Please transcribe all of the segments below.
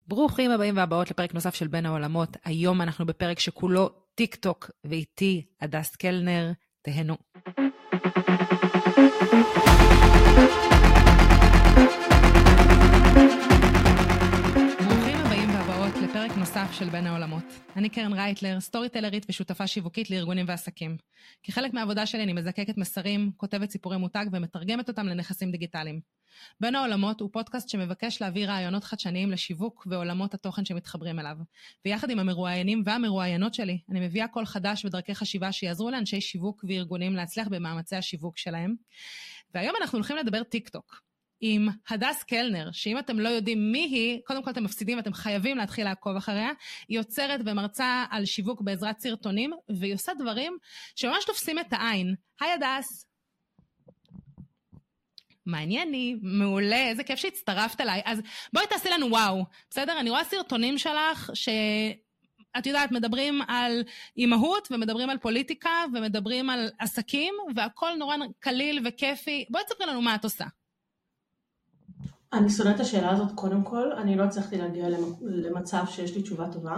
ברוכים הבאים והבאות לפרק נוסף של בין העולמות. היום אנחנו בפרק שכולו טיק טוק, ואיתי הדס קלנר. תהנו. ברוכים הבאים והבאות לפרק נוסף של בין העולמות. אני קרן רייטלר, סטורי טלרית ושותפה שיווקית לארגונים ועסקים. כחלק מהעבודה שלי אני מזקקת מסרים, כותבת סיפורי מותג ומתרגמת אותם לנכסים דיגיטליים. בין העולמות הוא פודקאסט שמבקש להביא רעיונות חדשניים לשיווק ועולמות התוכן שמתחברים אליו. ויחד עם המרואיינים והמרואיינות שלי, אני מביאה קול חדש ודרכי חשיבה שיעזרו לאנשי שיווק וארגונים להצליח במאמצי השיווק שלהם. והיום אנחנו הולכים לדבר טיק טוק עם הדס קלנר, שאם אתם לא יודעים מי היא, קודם כל אתם מפסידים ואתם חייבים להתחיל לעקוב אחריה. היא יוצרת ומרצה על שיווק בעזרת סרטונים, והיא עושה דברים שממש תופסים את העין. היי הדס. מענייני, מעולה, איזה כיף שהצטרפת אליי. אז בואי תעשי לנו וואו, בסדר? אני רואה סרטונים שלך שאת יודעת, מדברים על אימהות ומדברים על פוליטיקה ומדברים על עסקים, והכל נורא קליל וכיפי. בואי תספרי לנו מה את עושה. אני שונאת את השאלה הזאת קודם כל, אני לא הצלחתי להגיע למצב שיש לי תשובה טובה.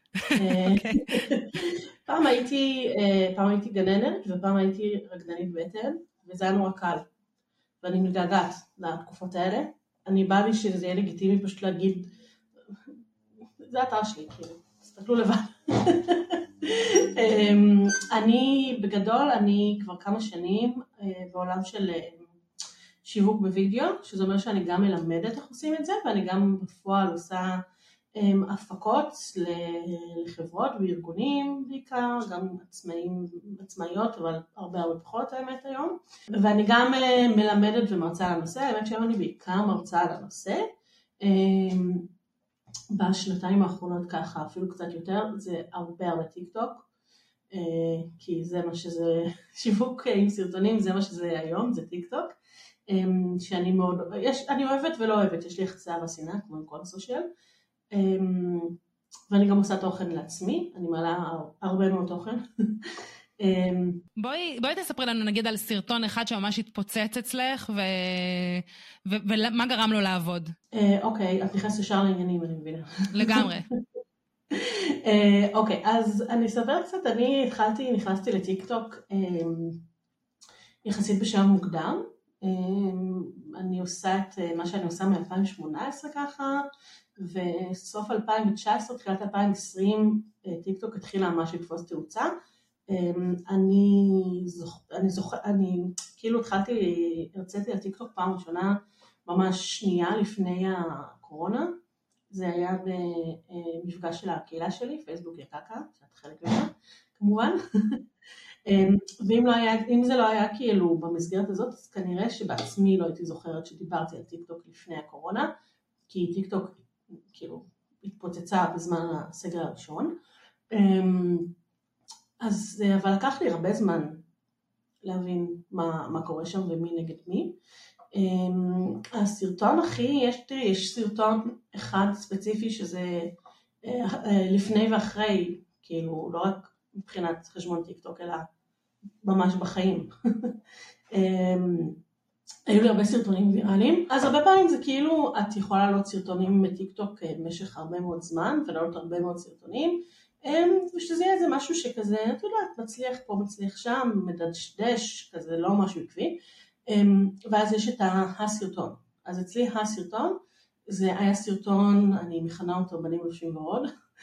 פעם הייתי גננת ופעם הייתי רקדנית בטן, וזה היה נורא קל. ואני מתגעגעת לתקופות האלה. אני באה לי שזה יהיה לגיטימי פשוט להגיד, זה האתר שלי, כאילו, תסתכלו לבד. בגדול, אני כבר כמה שנים בעולם של שיווק בווידאו, שזה אומר שאני גם מלמדת איך עושים את זה, ואני גם בפועל עושה הפקות לחברות וארגונים בעיקר, גם עצמאיות, אבל הרבה פחות האמת היום. ואני גם מלמדת ומרצה על הנושא, האמת שהיום אני בעיקר מרצה על הנושא. בשנתיים האחרונות ככה, אפילו קצת יותר, זה הרבה טיק טוק, כי זה מה שזה, שיווק עם סרטונים, זה מה שזה היום, זה טיק טוק. שאני מאוד, אני אוהבת ולא אוהבת, יש לי יחסי אהבה ושנאה, כמו עם כל הסושיאל. ואני גם עושה תוכן לעצמי, אני מעלה הרבה מאוד תוכן. בואי תספרי לנו נגיד על סרטון אחד שממש התפוצץ אצלך, ומה גרם לו לעבוד? אוקיי, את נכנסת ישר לעניינים, אני מבינה. לגמרי. אוקיי, אז אני אספר קצת, אני נכנסתי לטיק טוק יחסית בשלב מוקדם, אני עושה את מה שאני עושה מ-2018 ככה, וסוף 2019, תחילת 2020, טיק טוק התחילה ממש לתפוס תאוצה. אני כאילו הרציתי על טיק טוק פעם ראשונה, ממש שנייה לפני הקורונה. זה היה במפגש של הקהילה שלי, פייסבוק יקקה, שאת חלק ממנה, כמובן. ואם זה לא היה כאילו במסגרת הזאת, אז כנראה שבעצמי לא הייתי זוכרת שדיברתי על טיק טוק לפני הקורונה, כי טיק טוק כאילו התפוצצה בזמן הסגר הראשון. אבל לקח לי הרבה זמן להבין מה קורה שם ומי נגד מי. הסרטון יש סרטון אחד ספציפי שזה לפני ואחרי, כאילו לא רק מבחינת חשבון טיק טוק, אלא ממש בחיים. היו לי הרבה סרטונים ויראליים, אז הרבה פעמים זה כאילו, את יכולה לעלות סרטונים מטיק טוק במשך הרבה מאוד זמן, ולעלות הרבה מאוד סרטונים, ושזה יהיה איזה משהו שכזה, את יודעת, מצליח פה, מצליח שם, מדשדש, כזה לא משהו עקבי, ואז יש את הסרטון. אז אצלי הסרטון, זה היה סרטון, אני מכנה אותו בנים לובשים ועוד,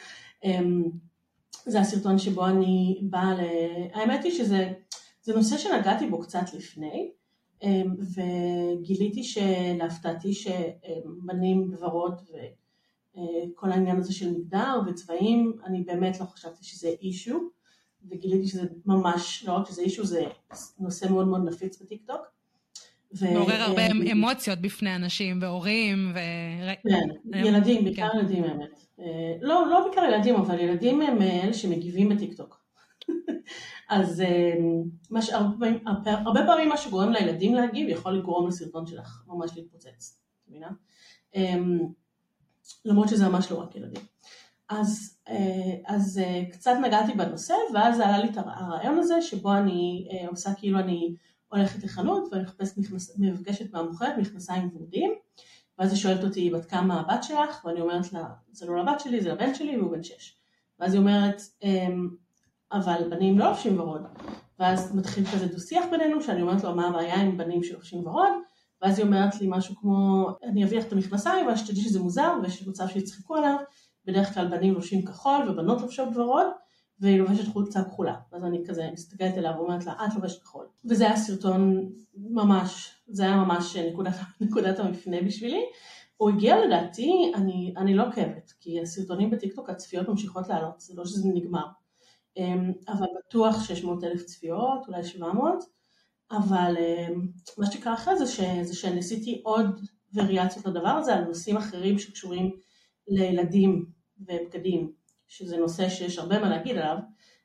זה הסרטון שבו אני באה האמת היא שזה נושא שנגעתי בו קצת לפני, וגיליתי להפתעתי שבנים בורות וכל העניין הזה של מגדר וצבעים, אני באמת לא חשבתי שזה אישו, וגיליתי שזה ממש, לא רק שזה אישו, זה נושא מאוד מאוד נפיץ בטיק-טוק. מעורר הרבה אמוציות בפני אנשים והורים. כן, ילדים, בעיקר ילדים האמת. לא בעיקר ילדים, אבל ילדים הם אלה שמגיבים בטיק-טוק. אז הרבה פעמים מה שגורם לילדים להגיב יכול לגרום לסרטון שלך ממש להתפוצץ, מבינה? למרות שזה ממש לא רק ילדים. אז קצת נגעתי בנושא, ואז עלה לי את הרעיון הזה שבו אני עושה כאילו אני הולכת לחנות ואני מפגשת מהמוכרת מכנסיים ורודים, ואז היא שואלת אותי, בת כמה הבת שלך? ואני אומרת לה, זה לא לבת שלי, זה לבן שלי, והוא בן 6. ואז היא אומרת, אבל בנים לא לובשים ורוד. ואז מתחיל כזה דו-שיח בינינו, שאני אומרת לו, מה הבעיה עם בנים שלובשים ורוד? ואז היא אומרת לי משהו כמו, אני אביא לך את המכנסיים, אבל שתדעי שזה מוזר, ויש מצב שיצחקו עליו, בדרך כלל בנים לובשים כחול, ובנות לובשות ורוד, והיא לובשת חולצה כחולה. ואז אני כזה מסתכלת אליו, ואומרת לה, את לובשת כחול. וזה היה סרטון ממש, זה היה ממש נקודת המפנה בשבילי. הוא הגיע לדעתי, אני לא עוקבת, כי הסרטונים בטיקטוק הצפיות ממשיכות לעלות, זה לא שזה נגמר. אבל בטוח 600,000 צפיות, אולי 700, אבל מה שקרה אחרי זה שניסיתי עוד וריאציות לדבר הזה, על נושאים אחרים שקשורים לילדים ובגדים, שזה נושא שיש הרבה מה להגיד עליו,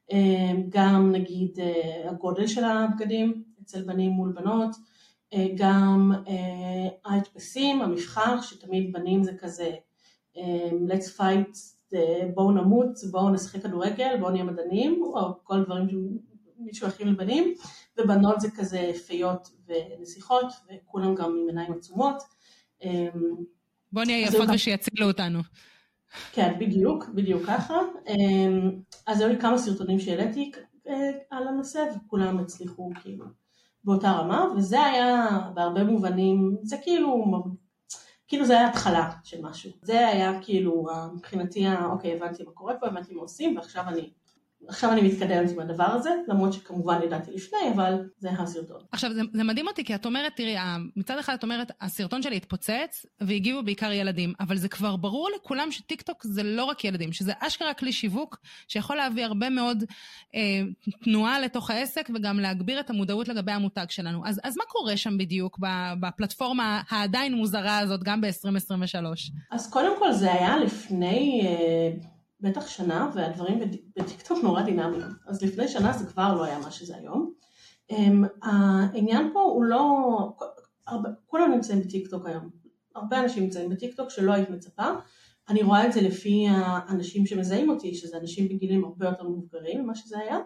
גם נגיד הגודל של הבגדים אצל בנים מול בנות, גם ההדפסים, המבחר, שתמיד בנים זה כזה, let's fight, בואו נמות, בואו נשחק כדורגל, בואו נהיה מדענים, או כל דברים שמשוייכים לבנים, ובנות זה כזה פיות ונסיכות, וכולם גם עם עיניים עצומות. בואו נהיה יפות ושיצילו אותנו. כן, בדיוק ככה. אז היו לי כמה סרטונים שהעליתי על הנושא, וכולם הצליחו כאילו באותה רמה, וזה היה בהרבה מובנים, זה כאילו זה היה התחלה של משהו. זה היה כאילו מבחינתי, אוקיי, הבנתי מה קורה פה, הבנתי מה עושים, ועכשיו אני מתקדמת עם הדבר הזה, למרות שכמובן ידעתי לפני, אבל זה הסרטון. עכשיו, זה מדהים אותי, כי את אומרת, תראי, מצד אחד את אומרת, הסרטון שלי התפוצץ, והגיעו בעיקר ילדים, אבל זה כבר ברור לכולם שטיקטוק זה לא רק ילדים, שזה אשכרה כלי שיווק, שיכול להביא הרבה מאוד תנועה לתוך העסק, וגם להגביר את המודעות לגבי המותג שלנו. אז מה קורה שם בדיוק, בפלטפורמה העדיין מוזרה הזאת, גם ב-2023? אז קודם כל זה היה לפני בטח שנה, והדברים בטיקטוק נורא דינמיים. אז לפני שנה זה כבר לא היה מה שזה היום. העניין פה הוא לא, כולם נמצאים בטיקטוק היום. הרבה אנשים נמצאים בטיקטוק שלא היית מצפה. אני רואה את זה לפי האנשים שמזהים אותי, שזה אנשים בגילים הרבה יותר מבוגרים ממה שזה היה.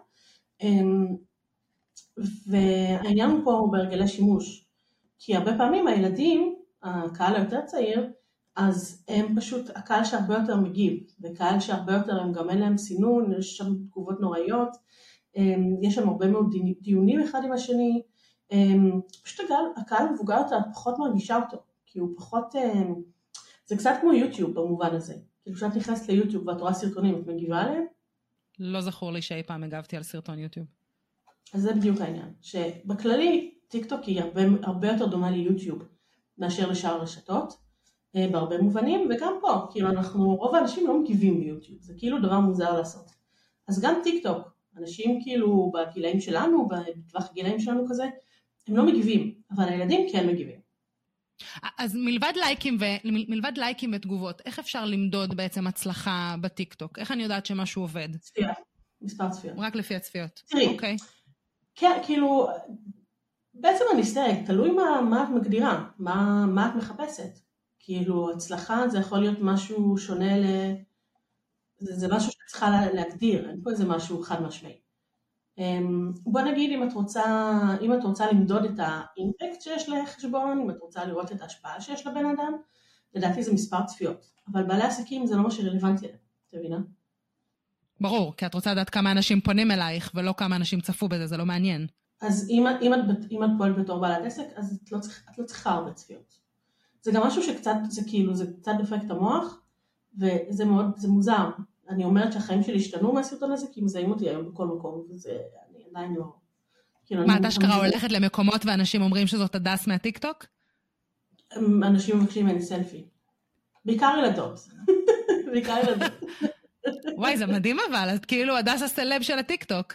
והעניין הוא פה הוא בהרגלי שימוש. כי הרבה פעמים הילדים, הקהל היותר צעיר, אז הם פשוט, הקהל שהרבה יותר מגיב, וקהל שהרבה יותר הם גם אין להם סינון, יש שם תגובות נוראיות, יש שם הרבה מאוד דיונים אחד עם השני, פשוט הקהל המבוגר יותר פחות מרגישה אותו, כי הוא פחות, זה קצת כמו יוטיוב במובן הזה, כאילו כשאת נכנסת ליוטיוב ואת רואה סרטונים, את מגיבה עליהם? לא זכור לי שאי פעם הגבתי על סרטון יוטיוב. אז זה בדיוק העניין, שבכללי טיקטוק היא הרבה יותר דומה ליוטיוב, מאשר לשאר הרשתות, בהרבה מובנים, וגם פה, כאילו רוב האנשים לא מגיבים ביוטיוב, זה כאילו דבר מוזר לעשות. אז גם טיק טוק, אנשים כאילו בגילאים שלנו, בטווח הגילאים שלנו כזה, הם לא מגיבים, אבל הילדים כן מגיבים. אז מלבד לייקים ותגובות, איך אפשר למדוד בעצם הצלחה בטיק טוק? איך אני יודעת שמשהו עובד? צפיות, מספר צפיות. רק לפי הצפיות. תראי, אוקיי. כן, כאילו, בעצם אני תלוי מה את מגדירה, מה את מחפשת. כאילו, הצלחה זה יכול להיות משהו שונה זה משהו שצריכה להגדיר, אין פה איזה משהו חד משמעי. בוא נגיד, אם את רוצה למדוד את האימפקט שיש לחשבון, אם את רוצה לראות את ההשפעה שיש לבן אדם, לדעתי זה מספר צפיות. אבל בעלי עסקים זה לא מה שרלוונטי להם, אתה מבינה? ברור, כי את רוצה לדעת כמה אנשים פונים אלייך, ולא כמה אנשים צפו בזה, זה לא מעניין. אז אם את פועלת בתור בעלת עסק, אז את לא צריכה הרבה צפיות. זה גם משהו שקצת, זה קצת דופק את המוח, וזה זה מוזר. אני אומרת שהחיים שלי השתנו מהסרטון הזה, כי מזהים אותי היום בכל מקום, וזה, אני עדיין לא. מה, אתה שקרה הולכת למקומות ואנשים אומרים שזאת הדס מהטיקטוק? אנשים מבקשים ממני סלפי. בעיקר ילדות. בעיקר ילדות. וואי, זה מדהים אבל, את כאילו הדס הסלב של הטיקטוק.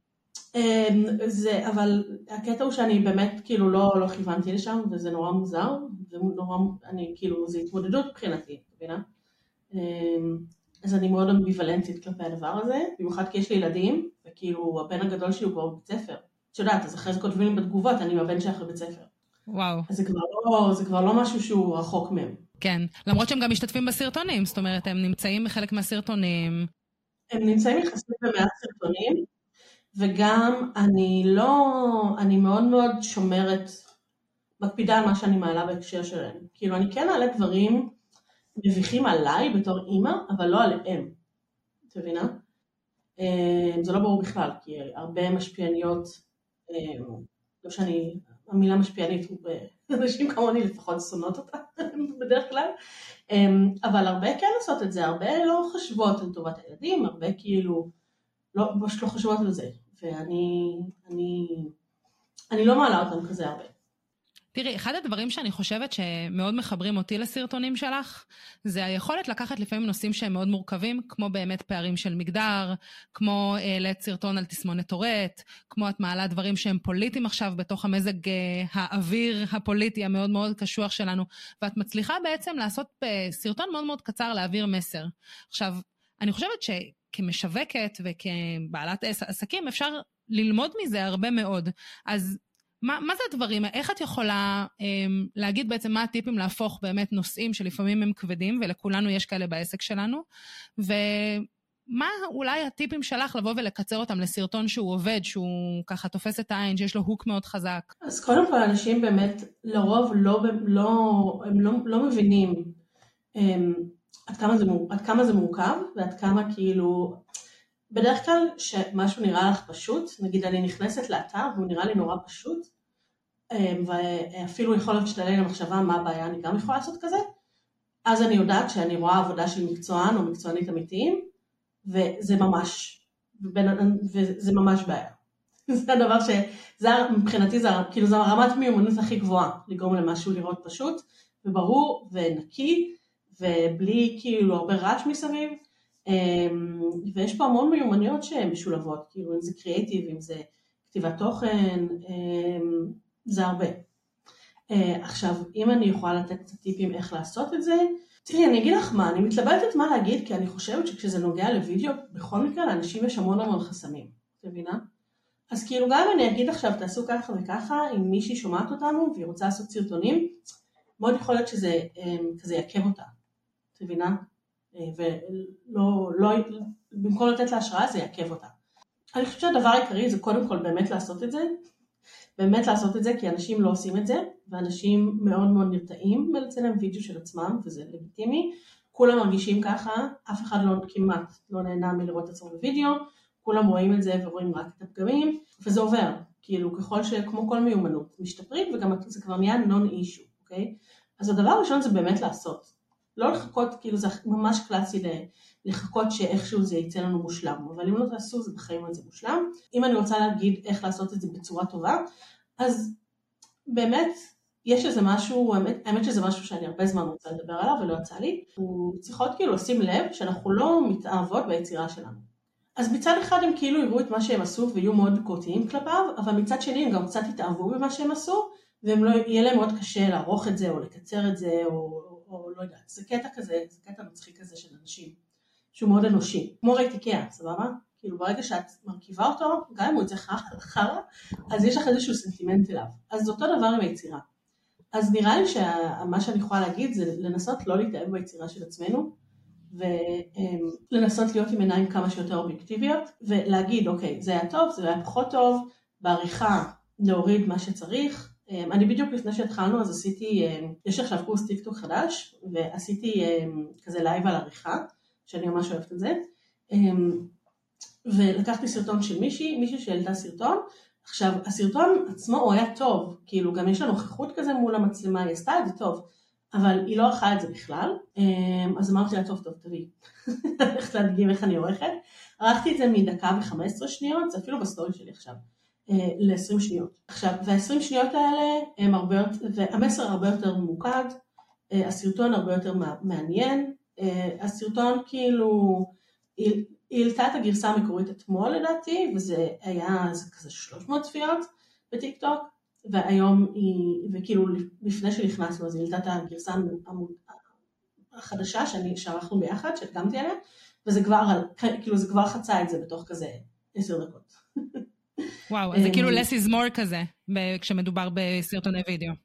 אבל הקטע הוא שאני באמת כאילו לא כיוונתי לשם, וזה נורא מוזר, זה התמודדות מבחינתי, מבינה? אז אני מאוד אמביוולנטית כלפי הדבר הזה, במיוחד כי יש לי ילדים, וכאילו הבן הגדול שלי הוא כבר בבית ספר. שיודעת, אז אחרי זה כותבים בתגובות, אני הבן שלי אחרי בית ספר. וואו. אז זה כבר לא משהו שהוא רחוק מהם. כן, למרות שהם גם משתתפים בסרטונים, זאת אומרת, הם נמצאים בחלק מהסרטונים. הם נמצאים יחסית במעט סרטונים, וגם אני מאוד מאוד שומרת מקפידה על מה שאני מעלה בהקשר שלהם. כאילו אני כן אעלה דברים מביכים עליי בתור אימא, אבל לא עליהם. את מבינה? זה לא ברור בכלל, כי הרבה משפיעניות, לא שאני, המילה משפיענית הוא אנשים כמוני לפחות שונאות אותה בדרך כלל, אבל הרבה כן עושות את זה, הרבה לא חושבות על טובת הילדים, הרבה כאילו לא חושבות על זה, ואני לא מעלה אותם כזה הרבה. תראי, אחד הדברים שאני חושבת שמאוד מחברים אותי לסרטונים שלך, זה היכולת לקחת לפעמים נושאים שהם מאוד מורכבים, כמו באמת פערים של מגדר, כמו סרטון על תסמונת טורט, כמו את מעלה דברים שהם פוליטיים עכשיו, בתוך המזג האוויר הפוליטי המאוד מאוד קשוח שלנו, ואת מצליחה בעצם לעשות סרטון מאוד מאוד קצר להעביר מסר. עכשיו, אני חושבת שכמשווקת וכבעלת עסקים, אפשר ללמוד מזה הרבה מאוד. אז מה זה הדברים? איך את יכולה להגיד בעצם מה הטיפים להפוך באמת נושאים שלפעמים הם כבדים, ולכולנו יש כאלה בעסק שלנו, ומה אולי הטיפים שלך לבוא ולקצר אותם לסרטון שהוא עובד, שהוא ככה תופס את העין, שיש לו הוק מאוד חזק? אז קודם כל אנשים באמת לרוב הם לא מבינים עד כמה זה מורכב, ועד כמה כאילו, בדרך כלל שמשהו נראה לך פשוט, נגיד אני נכנסת לאתר והוא נראה לי נורא פשוט, ואפילו יכול להיות שתעלה למחשבה מה הבעיה, אני גם יכולה לעשות כזה, אז אני יודעת שאני רואה עבודה של מקצוען או מקצוענית אמיתיים, וזה ממש בעיה. זה הדבר מבחינתי זה כאילו זה הרמת מיומנות הכי גבוהה, לגרום למשהו לראות פשוט וברור ונקי, ובלי כאילו הרבה רעש מסביב, ויש פה המון מיומנויות שהן משולבות, כאילו אם זה קריאטיב, אם זה כתיבת תוכן, זה הרבה. עכשיו, אם אני יכולה לתת קצת טיפים איך לעשות את זה, תראי, אני אגיד לך מה, אני מתלבטת מה להגיד, כי אני חושבת שכשזה נוגע לוידאו, בכל מקרה לאנשים יש המון חסמים, את מבינה? אז כאילו גם אני אגיד עכשיו, תעשו ככה וככה, אם מישהי שומעת אותנו והיא רוצה לעשות סרטונים, מאוד יכול להיות שזה כזה יעכב אותה, את מבינה? במקום לתת לה השראה זה יעכב אותה. אני חושבת שהדבר העיקרי זה קודם כל באמת לעשות את זה, כי אנשים לא עושים את זה, ואנשים מאוד מאוד נרתעים בלצלם וידאו של עצמם, וזה לגיטימי, כולם מרגישים ככה, אף אחד כמעט לא נהנה מלראות את עצמו בוידאו, כולם רואים את זה ורואים רק את הפגמים, וזה עובר, כאילו ככל שכמו כל מיומנות משתפרים, וגם זה כבר נהיה non-issue, אוקיי? אז הדבר הראשון זה באמת לעשות, לא לחכות, כאילו זה ממש קלאסי לחכות שאיכשהו זה יצא לנו מושלם, אבל אם לא תעשו זה בחיים לא זה מושלם. אם אני רוצה להגיד איך לעשות את זה בצורה טובה, אז באמת יש איזה משהו, האמת שזה משהו שאני הרבה זמן רוצה לדבר עליו ולא יצא לי, הוא צריכות כאילו לשים לב שאנחנו לא מתאהבות ביצירה שלנו. אז מצד אחד הם כאילו יראו את מה שהם עשו ויהיו מאוד ביקורתיים כלפיו, אבל מצד שני הם גם קצת יתאהבו במה שהם עשו, והם לא, יהיה להם מאוד קשה לערוך את זה או לקצר את זה או לא יודעת, זה קטע כזה, זה קטע מצחיק כזה של אנשים, שהוא מאוד אנושי, כמו רייטיקיה, סבבה? כאילו ברגע שאת מרכיבה אותו, גם אם הוא יצא חרה, אז יש לך איזשהו סנטימנט אליו, אז זה אותו דבר עם היצירה. אז נראה לי שמה שאני יכולה להגיד זה לנסות לא להתאהב ביצירה של עצמנו, ולנסות להיות עם עיניים כמה שיותר אובייקטיביות, ולהגיד אוקיי, זה היה טוב, זה היה פחות טוב, בעריכה להוריד מה שצריך, אני בדיוק לפני שהתחלנו, אז עשיתי, יש עכשיו קורס טיקטוק חדש, ועשיתי כזה לייב על עריכה, שאני ממש אוהבת את זה, ולקחתי סרטון של מישהי שהעלתה סרטון, עכשיו הסרטון עצמו הוא היה טוב, כאילו גם יש לה נוכחות כזה מול המצלמה, היא עשתה את זה טוב, אבל היא לא ערכה את זה בכלל, אז אמרתי לה טוב, תביאי, הולכת להדגים איך אני עורכת, ערכתי את זה מדקה ו15 שניות, זה אפילו בסטורי שלי עכשיו. ל-20 שניות. עכשיו, וה-20 שניות האלה הם והמסר הרבה יותר ממוקד, הסרטון הרבה יותר מעניין, הסרטון כאילו, היא העלתה את הגרסה המקורית אתמול לדעתי, וזה היה כזה 300 צפיות בטיק טוק, והיום היא, וכאילו לפני שנכנסנו, אז היא העלתה את הגרסה החדשה שערכנו ביחד, שהדגמתי עליה, וזה כבר, כאילו זה כבר חצה את זה בתוך כזה 10 דקות. וואו, זה כאילו less is more כזה, כשמדובר בסרטוני וידאו.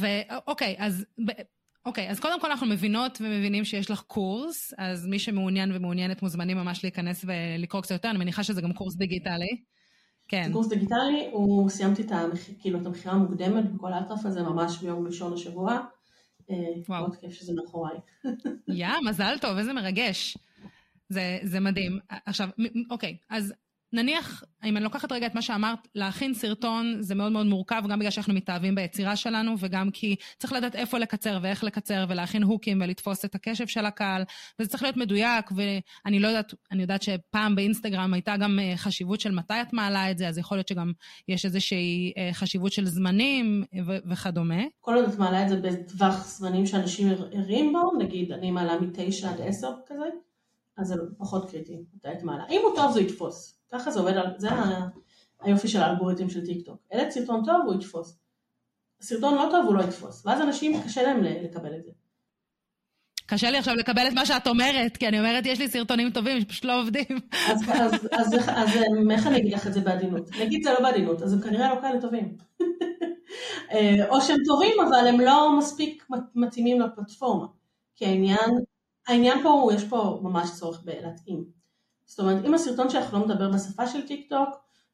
אוקיי, אז קודם כל אנחנו מבינות ומבינים שיש לך קורס, אז מי שמעוניין ומעוניינת מוזמנים ממש להיכנס ולקרוא קצת יותר, אני מניחה שזה גם קורס דיגיטלי. כן. זה קורס דיגיטלי, סיימתי את המחירה המוקדמת בכל האטרף הזה, ממש ביום ראשון השבוע. מאוד כיף שזה מאחוריי. מזל טוב, איזה מרגש. זה מדהים. עכשיו, אוקיי, אז נניח, אם אני לוקחת רגע את מה שאמרת, להכין סרטון זה מאוד מאוד מורכב, גם בגלל שאנחנו מתאהבים ביצירה שלנו, וגם כי צריך לדעת איפה לקצר ואיך לקצר, ולהכין הוקים ולתפוס את הקשב של הקהל, וזה צריך להיות מדויק, ואני לא יודעת, אני יודעת שפעם באינסטגרם הייתה גם חשיבות של מתי את מעלה את זה, אז יכול להיות שגם יש איזושהי חשיבות של זמנים וכדומה. כל עוד את מעלה את זה בטווח זמנים שאנשים ערים בו, נגיד אני מעלה מ9 עד 10 כזה, אז זה פחות קריטי, מתי את מעלה. אם הוא טוב זה יתפוס. ככה זה עובד, זה היופי של האלגוריתם של טיק טוק. אלת סרטון טוב הוא יתפוס. סרטון לא טוב הוא לא יתפוס. ואז אנשים קשה להם לקבל את זה. קשה לי עכשיו לקבל את מה שאת אומרת, כי אני אומרת יש לי סרטונים טובים שפשוט לא עובדים. אז איך אני אגיד לך את זה בעדינות? נגיד זה לא בעדינות, אז הם כנראה לא כאלה טובים. או שהם טובים אבל הם לא מספיק מתאימים לפלטפורמה. כי העניין פה, יש פה ממש צורך להתאים. זאת אומרת, אם הסרטון שלך לא מדבר בשפה של טיק טוק,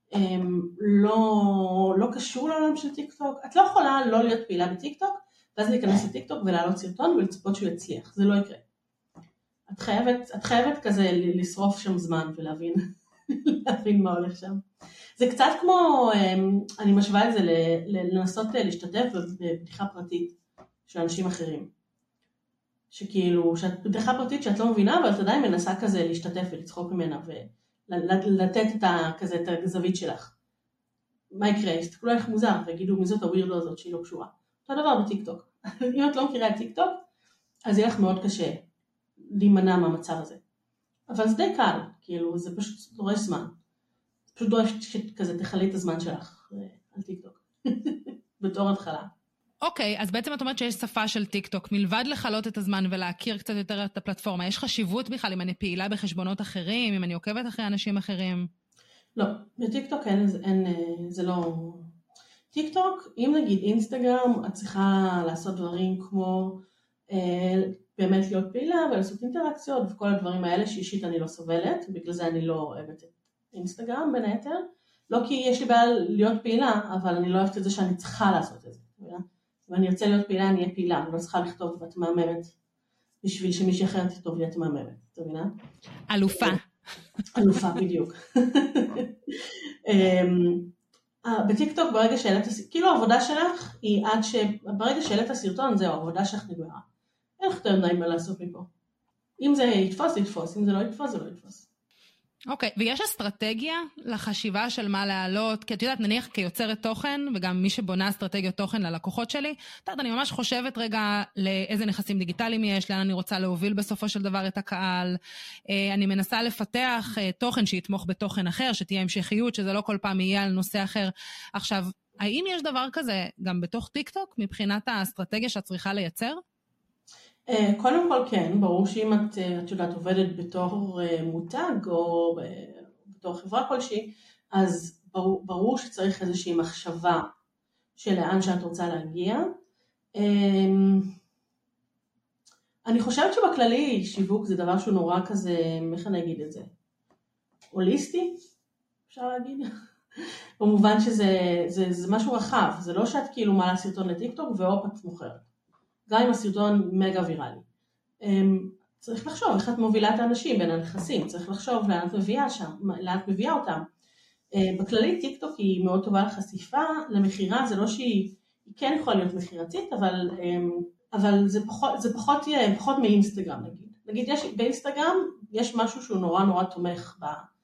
לא קשור לעולם של טיק טוק, את לא יכולה לא להיות פעילה בטיק טוק, ואז להיכנס לטיק טוק ולהעלות סרטון ולצפות שהוא יצליח, זה לא יקרה. את חייבת כזה לשרוף שם זמן ולהבין מה הולך שם. זה קצת כמו, אני משווה את זה לנסות להשתתף בבדיחה פרטית של אנשים אחרים. שכאילו, שאת בדיחה פרטית שאת לא מבינה, אבל את עדיין מנסה כזה להשתתף ולצחוק ממנה, ולתת כזה את הזווית שלך. מה יקרה? יסתכלו עליך מוזר, ויגידו מי זאת הווירדו הזאת שהיא לא קשורה. אותו דבר בטיק טוק. אם את לא מכירה את טיק טוק, אז יהיה לך מאוד קשה להימנע מהמצב הזה. אבל זה די קל, כאילו, זה פשוט דורש זמן. פשוט דורש שכזה תחלי את הזמן שלך על טיק טוק. בתור התחלה. אוקיי, אז בעצם את אומרת שיש שפה של טיק טוק, מלבד לחלות את הזמן ולהכיר קצת יותר את הפלטפורמה, יש חשיבות בכלל אם אני פעילה בחשבונות אחרים, אם אני עוקבת אחרי אנשים אחרים? לא, בטיק טוק זה לא... טיק טוק, אם נגיד אינסטגרם, את צריכה לעשות דברים כמו באמת להיות פעילה ולעשות אינטראקציות וכל הדברים האלה שאישית אני לא סובלת, בגלל זה אני לא אוהבת את אינסטגרם בין היתר, לא כי יש לי בעיה להיות פעילה, אבל אני לא אוהבת את זה שאני צריכה לעשות את זה. ואני ארצה להיות פעילה, אני אהיה פעילה, אני לא צריכה לכתוב ואת מהממת, בשביל שמישהי אחרת תכתוב לי את מהממת, אתה מבינה? אלופה. אלופה, בדיוק. בטיק טוק ברגע שהעלית, כאילו העבודה שלך היא עד שברגע שהעלית הסרטון, זהו, העבודה שלך נגמרה. אין לך יותר נעים מה לעשות מפה. אם זה יתפוס, זה יתפוס, אם זה לא יתפוס, זה לא יתפוס. אוקיי, ויש אסטרטגיה לחשיבה של מה להעלות, כי את יודעת, נניח כיוצרת תוכן, וגם מי שבונה אסטרטגיות תוכן ללקוחות שלי, אני ממש חושבת רגע לאיזה נכסים דיגיטליים יש, לאן אני רוצה להוביל בסופו של דבר את הקהל, אני מנסה לפתח תוכן שיתמוך בתוכן אחר, שתהיה המשכיות, שזה לא כל פעם יהיה על נושא אחר. עכשיו, האם יש דבר כזה גם בתוך טיק טוק, מבחינת האסטרטגיה שאת צריכה לייצר? קודם כל כן, ברור שאם את יודעת עובדת בתור מותג או בתור חברה כלשהי, אז ברור שצריך איזושהי מחשבה של לאן שאת רוצה להגיע. אני חושבת שבכללי שיווק זה דבר שהוא נורא כזה, איך אני אגיד את זה? הוליסטי, אפשר להגיד? במובן שזה משהו רחב, זה לא שאת כאילו מעלה סרטון לטיקטוק ואופ את מוכרת. גם אם הסרטון מגה ויראלי. צריך לחשוב איך את מובילה את האנשים בין הנכסים, צריך לחשוב לאן את מביאה אותם. בכללי טיק טוק היא מאוד טובה לחשיפה, למחירה זה לא שהיא כן יכולה להיות מחירתית, אבל זה פחות מאינסטגרם נגיד. נגיד באינסטגרם יש משהו שהוא נורא תומך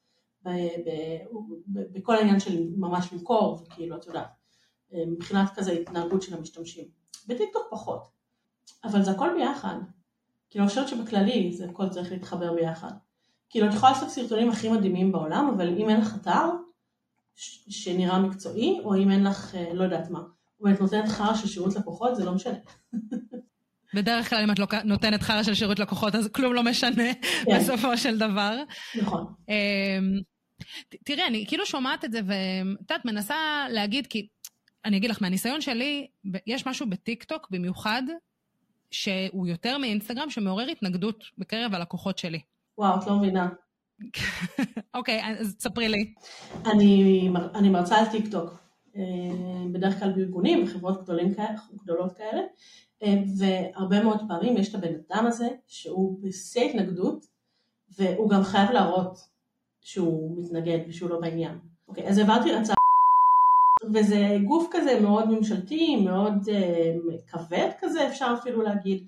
בכל העניין של ממש למכור, וכאילו את יודעת, מבחינת כזה התנהגות של המשתמשים. בטיק טוק פחות. אבל זה הכל ביחד. כאילו, אני חושבת שבכללי זה הכל צריך להתחבר ביחד. כאילו, את יכולה לעשות סרטונים הכי מדהימים בעולם, אבל אם אין לך אתר שנראה מקצועי, או אם אין לך, לא יודעת מה, ואת נותנת חרא של שירות לקוחות, זה לא משנה. בדרך כלל, אם את לא נותנת חרא של שירות לקוחות, אז כלום לא משנה בסופו של דבר. נכון. תראי, אני כאילו שומעת את זה, ואת מנסה להגיד, כי אני אגיד לך, מהניסיון שלי, יש משהו בטיק טוק במיוחד, שהוא יותר מאינסטגרם, שמעורר התנגדות בקרב הלקוחות שלי. וואו, את לא מבינה. אוקיי, אז תספרי לי. אני מרצה על טיק טוק, בדרך כלל בארגונים וחברות גדולות כאלה, והרבה מאוד פעמים יש את הבן אדם הזה שהוא בשיא התנגדות, והוא גם חייב להראות שהוא מתנגד ושהוא לא בעניין. אוקיי, אז העברתי הרצאה, וזה גוף כזה מאוד ממשלתי, מאוד כבד כזה, אפשר אפילו להגיד,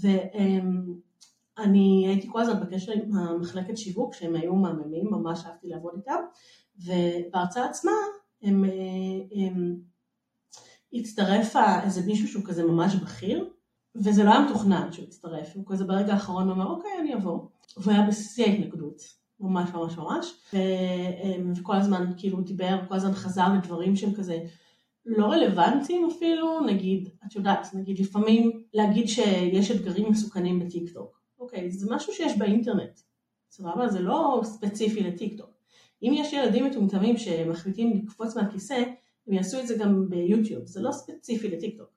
ואני הייתי כל הזמן בקשר עם המחלקת שיווק, שהם היו מהממים, ממש אהבתי לעבוד איתם, ובהרצאה עצמה הם הצטרף איזה מישהו שהוא כזה ממש בכיר, וזה לא היה מתוכנן שהוא הצטרף, הוא כזה ברגע האחרון אמר, אוקיי, אני אבוא, והוא היה בשיא ההתנגדות, ממש ממש ממש, וכל הזמן כאילו דיבר, כל הזמן חזר לדברים שהם כזה לא רלוונטיים אפילו, נגיד, את יודעת, נגיד לפעמים להגיד שיש אתגרים מסוכנים בטיק טוק, אוקיי, זה משהו שיש באינטרנט, סבבה, זה לא ספציפי לטיק טוק, אם יש ילדים מטומטמים שמחליטים לקפוץ מהכיסא, הם יעשו את זה גם ביוטיוב, זה לא ספציפי לטיק טוק,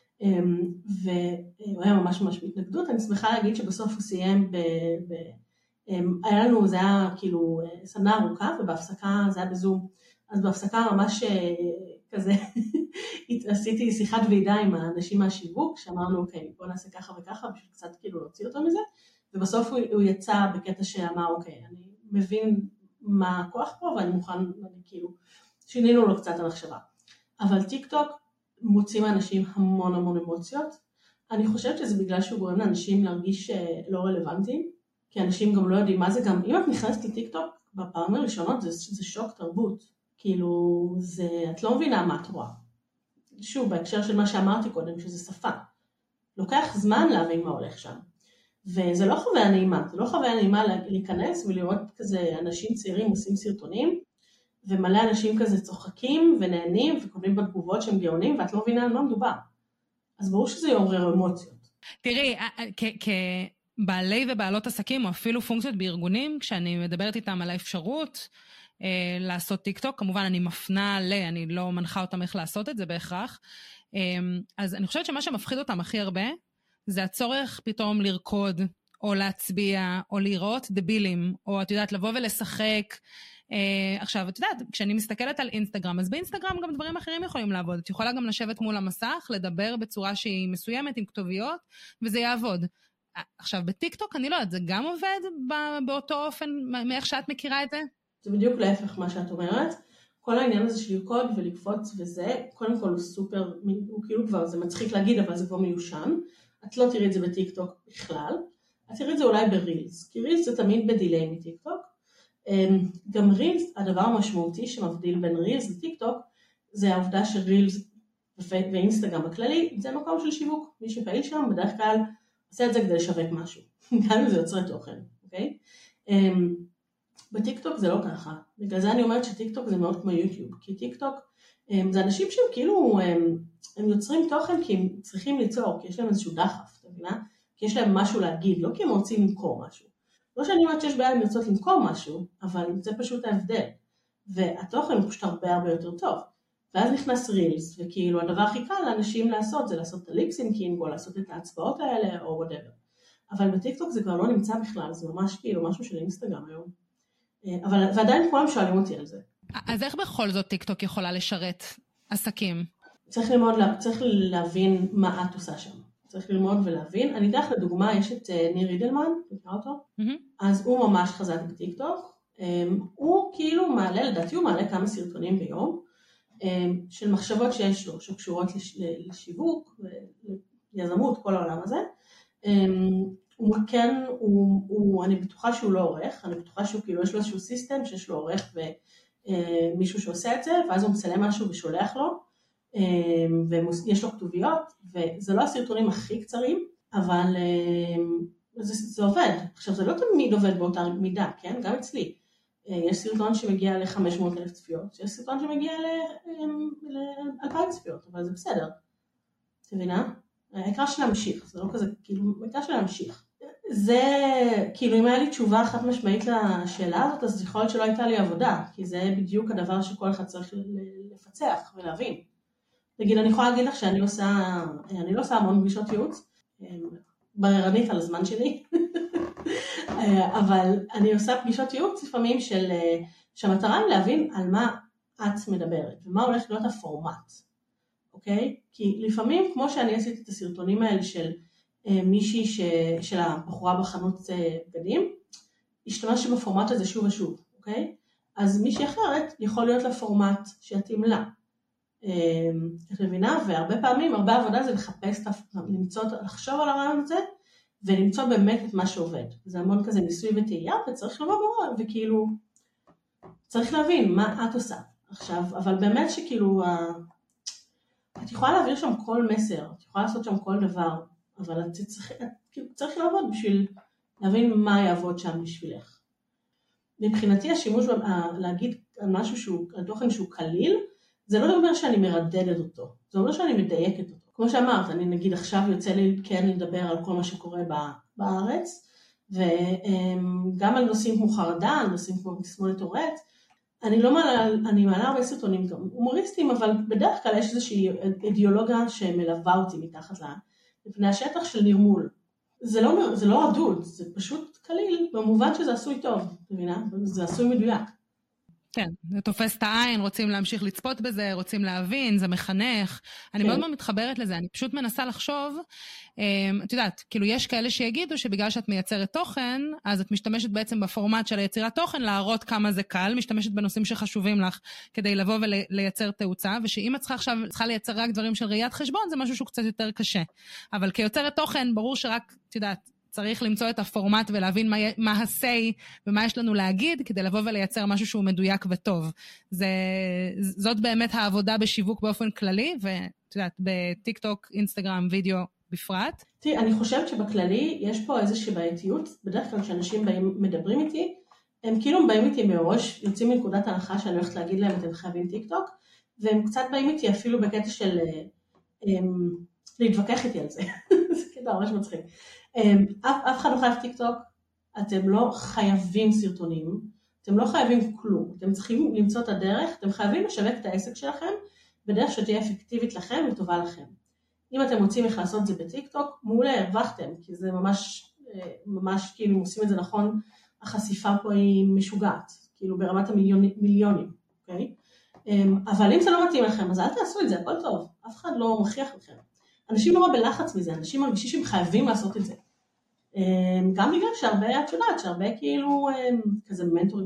והוא היה ממש ממש בהתנגדות, אני שמחה להגיד שבסוף הוא סיים היה לנו, זה היה כאילו סדנה ארוכה, ובהפסקה, זה היה בזום, אז בהפסקה ממש כזה, עשיתי שיחת ועידה עם האנשים מהשיווק, שאמרנו, אוקיי, בוא נעשה ככה וככה, בשביל קצת כאילו להוציא אותו מזה, ובסוף הוא יצא בקטע שאמר, אוקיי, אני מבין מה הכוח פה, ואני מוכן, אני כאילו, שינינו לו קצת על מחשבה. אבל טיק טוק מוציא מאנשים המון המון אמוציות, אני חושבת שזה בגלל שהוא גורם לאנשים להרגיש לא רלוונטיים, כי אנשים גם לא יודעים מה זה גם, אם את נכנסת לטיק טוק, בפעמים הראשונות זה שוק תרבות, כאילו, את לא מבינה מה את רואה. שוב, בהקשר של מה שאמרתי קודם, שזה שפה. לוקח זמן להבין מה הולך שם. וזה לא חוויה נעימה, זה לא חוויה נעימה להיכנס ולראות כזה אנשים צעירים עושים סרטונים, ומלא אנשים כזה צוחקים ונהנים וכותבים בתגובות שהם גאונים, ואת לא מבינה על מה מדובר. אז ברור שזה יעורר אמוציות. תראי, בעלי ובעלות עסקים, או אפילו פונקציות בארגונים, כשאני מדברת איתם על האפשרות לעשות טיק טוק, כמובן אני מפנה אני לא מנחה אותם איך לעשות את זה בהכרח, אז אני חושבת שמה שמפחיד אותם הכי הרבה, זה הצורך פתאום לרקוד, או להצביע, או לראות דבילים, או את יודעת, לבוא ולשחק. עכשיו, את יודעת, כשאני מסתכלת על אינסטגרם, אז באינסטגרם גם דברים אחרים יכולים לעבוד. את יכולה גם לשבת מול המסך, לדבר בצורה שהיא מסוימת עם כתוביות, וזה יעבוד. עכשיו, בטיק-טוק, אני לא יודעת, זה גם עובד באותו אופן, מאיך שאת מכירה את זה? זה בדיוק להפך מה שאת אומרת. כל העניין הזה של לרקוד ולקפוץ וזה, קודם כל הוא סופר, הוא כאילו כבר, זה מצחיק להגיד, אבל זה כבר מיושן. את לא תראי את זה בטיק-טוק בכלל. את תראי את זה אולי ברילס, כי רילס זה תמיד בדיליי מטיק-טוק. גם רילס, הדבר המשמעותי שמבדיל בין רילס לטיק-טוק, זה העובדה שרילס ואינסטגרם בכללי, זה מקום של שיווק. מי שפעיל שם בדרך כלל עושה את זה כדי לשווק משהו, גם אם זה יוצרי תוכן, אוקיי? בטיקטוק זה לא ככה, בגלל זה אני אומרת שטיקטוק זה מאוד כמו יוטיוב, כי טיקטוק זה אנשים שהם כאילו, הם יוצרים תוכן כי הם צריכים ליצור, כי יש להם איזשהו דחף, אתה מבינה? כי יש להם משהו להגיד, לא כי הם רוצים למכור משהו. לא שאני אומרת שיש בעיה אם יוצאות למכור משהו, אבל זה פשוט ההבדל. והתוכן הוא פשוט הרבה הרבה יותר טוב. ואז נכנס רילס, וכאילו הדבר הכי קל לאנשים לעשות, זה לעשות את הליפסינקינג, או לעשות את ההצבעות האלה, או whatever. אבל בטיקטוק זה כבר לא נמצא בכלל, זה ממש כאילו משהו של אינסטגרם היום. אבל ועדיין כולם שואלים אותי על זה. אז איך בכל זאת טיקטוק יכולה לשרת עסקים? צריך להבין מה את עושה שם. צריך ללמוד ולהבין. אני אתן לך לדוגמה, יש את ניר אידלמן, תקרא אותו? אז הוא ממש חזק בטיקטוק. הוא כאילו מעלה, לדעתי הוא מעלה כמה סרטונים ביום, של מחשבות שיש לו, שקשורות לשיווק, ויזמות, כל העולם הזה. אני בטוחה שהוא לא עורך, אני בטוחה שהוא כאילו יש לו איזשהו סיסטם שיש לו עורך ומישהו שעושה את זה, ואז הוא מצלם משהו ושולח לו, ויש לו כתוביות, וזה לא הסרטונים הכי קצרים, אבל זה עובד. עכשיו זה לא תמיד עובד באותה מידה, כן? גם אצלי. יש סרטון שמגיע ל-500,000 צפיות, יש סרטון שמגיע ל-2,000 צפיות, אבל זה בסדר. אתה מבינה? העיקר של להמשיך, זה לא כזה, כאילו, העיקר של להמשיך. זה, כאילו, אם היה לי תשובה חד משמעית לשאלה הזאת, אז יכול להיות שלא הייתה לי עבודה, כי זה בדיוק הדבר שכל אחד צריך לפצח ולהבין. נגיד, אני יכולה להגיד לך שאני לא עושה המון פגישות ייעוץ, בררנית על הזמן שלי, אבל אני עושה פגישות ייעוץ לפעמים שהמטרה היא להבין על מה את מדברת, ומה הולך להיות הפורמט, אוקיי? כי לפעמים, כמו שאני עשיתי את הסרטונים האלה של מישהי של הבחורה בחנות בגדים, השתמש בפורמט הזה שוב ושוב, אוקיי? אז מישהי אחרת יכול להיות לפורמט שיתאים לה. את מבינה? והרבה פעמים, הרבה עבודה זה לחפש, לחשוב על הרעיון הזה, ולמצוא באמת את מה שעובד. זה המון כזה ניסוי וטעייה, וצריך לבוא בראש, וכאילו, צריך להבין מה את עושה. עכשיו, אבל באמת שכאילו, את יכולה להעביר שם כל מסר, את יכולה לעשות שם כל דבר, אבל את צריך לעבוד בשביל להבין מה יעבוד שם בשבילך. מבחינתי השימוש להגיד על משהו שהוא, על תוכן שהוא קליל, זה לא אומר שאני מרדדת אותו, זה אומר שאני מדייקת אותו. כמו שאמרת, אני נגיד עכשיו יוצא לי כן לדבר על כל מה שקורה בארץ, וגם על נושאים כמו חרדה, על נושאים כמו תסמונת טורט, אני מעלה הרבה סרטונים גם הומוריסטיים, אבל בדרך כלל יש איזושהי אידיאולוגיה שמלווה אותי מתחת לפני השטח של נרמול. זה לא רדוד, זה פשוט קליל, במובן שזה עשוי טוב, מבינה? זה עשוי מדויק. כן, זה תופס את העין, רוצים להמשיך לצפות בזה, רוצים להבין, זה מחנך. אני מאוד מאוד מתחברת לזה, אני פשוט מנסה לחשוב, את יודעת, כאילו יש כאלה שיגידו שבגלל שאת מייצרת תוכן, אז את משתמשת בעצם בפורמט של היצירת תוכן, להראות כמה זה קל, משתמשת בנושאים שחשובים לך, כדי לבוא ולייצר תאוצה, ושאם את צריכה לייצר רק דברים של ראיית חשבון, זה משהו שהוא קצת יותר קשה. אבל כיוצרת תוכן, ברור שרק, את יודעת, צריך למצוא את הפורמט ולהבין מה ה-say ומה יש לנו להגיד, כדי לבוא ולייצר משהו שהוא מדויק וטוב. זאת באמת העבודה בשיווק באופן כללי, ואת יודעת, בטיק טוק, אינסטגרם, וידאו בפרט. תראי, אני חושבת שבכללי יש פה איזושהי בעייתיות, בדרך כלל כשאנשים מדברים איתי, הם כאילו באים איתי מראש, יוצאים מנקודת הנחה שאני הולכת להגיד להם, אתם חייבים טיק טוק, והם קצת באים איתי אפילו בקטע של להתווכח איתי על זה. זה כאילו ממש מצחיק. אף אחד לא חייב טיק טוק, אתם לא חייבים סרטונים, אתם לא חייבים כלום, אתם צריכים למצוא את הדרך, אתם חייבים לשווק את העסק שלכם, בדרך שתהיה אפקטיבית לכם וטובה לכם. אם אתם רוצים איך לעשות את זה בטיק טוק, מעולה, הרווחתם, כי זה ממש כאילו, אם עושים את זה נכון, החשיפה פה היא משוגעת, כאילו ברמת המיליונים, אוקיי? אבל אם זה לא מתאים לכם, אז אל תעשו את זה, הכל טוב, אף אחד לא מכריח לכם. אנשים נורא בלחץ מזה, אנשים מרגישים שהם חייבים לעשות את זה. גם בגלל שהרבה, את יודעת, שהרבה כאילו כזה מנטורים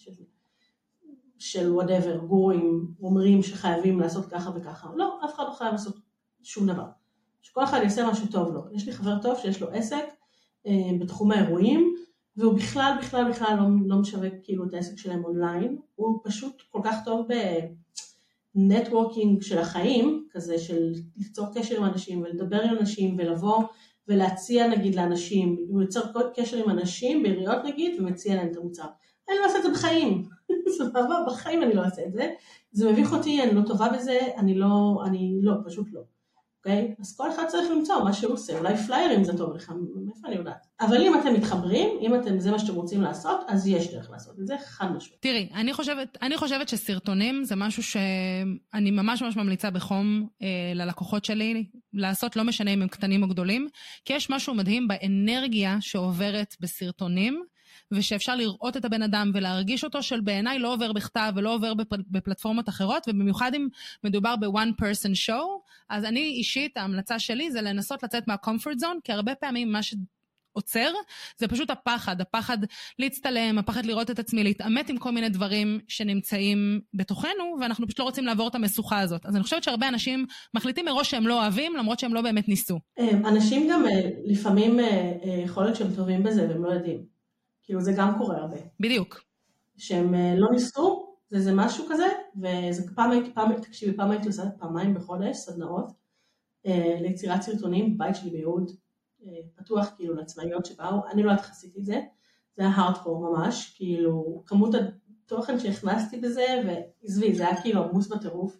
של whatever, גורים, אומרים שחייבים לעשות ככה וככה. לא, אף אחד לא חייב לעשות שום דבר. שכל אחד יעשה משהו טוב לו. יש לי חבר טוב שיש לו עסק בתחום האירועים, והוא בכלל לא משווק כאילו את העסק שלהם אונליין. הוא פשוט כל כך טוב נטוורקינג של החיים, כזה של ליצור קשר עם אנשים ולדבר עם אנשים ולבוא ולהציע נגיד לאנשים, הוא יוצר קשר עם אנשים בעיריות נגיד ומציע להם את המוצר. אני לא אעשה את זה בחיים, סבבה, בחיים אני לא אעשה את זה, זה מביך אותי, אני לא טובה בזה, אני לא, פשוט לא. אוקיי? אז כל אחד צריך למצוא מה שהוא עושה, אולי פליירים זה טוב לך, מאיפה אני יודעת. אבל אם אתם מתחברים, אם אתם זה מה שאתם רוצים לעשות, אז יש דרך לעשות את זה, חד משמעית. תראי, אני חושבת שסרטונים זה משהו שאני ממש ממליצה בחום ללקוחות שלי, לעשות לא משנה אם הם קטנים או גדולים, כי יש משהו מדהים באנרגיה שעוברת בסרטונים, ושאפשר לראות את הבן אדם ולהרגיש אותו של בעיניי לא עובר בכתב ולא עובר בפלטפורמות אחרות, ובמיוחד אם מדובר ב-one person show, אז אני אישית, ההמלצה שלי זה לנסות לצאת מה-comfort zone, כי הרבה פעמים מה שעוצר זה פשוט הפחד להצטלם, הפחד לראות את עצמי, להתאמת עם כל מיני דברים שנמצאים בתוכנו, ואנחנו פשוט לא רוצים לעבור את המשוכה הזאת. אז אני חושבת שהרבה אנשים מחליטים מראש שהם לא אוהבים, למרות שהם לא באמת ניסו. אנשים גם לפעמים יכול להיות שהם טובים בזה והם לא יודעים. כאילו זה גם קורה הרבה. בדיוק. שהם לא ניסו, זה משהו כזה, וזה פעם הייתי עושה פעמיים בחודש, סדנאות, ליצירת סרטונים, בית שלי ביהוד, פתוח כאילו לעצמאיות שבאו, אני לא התחסיתי את זה, זה היה הארדקור ממש, כאילו כמות התוכן שהכנסתי בזה, ועזבי, זה היה כאילו עמוס בטירוף,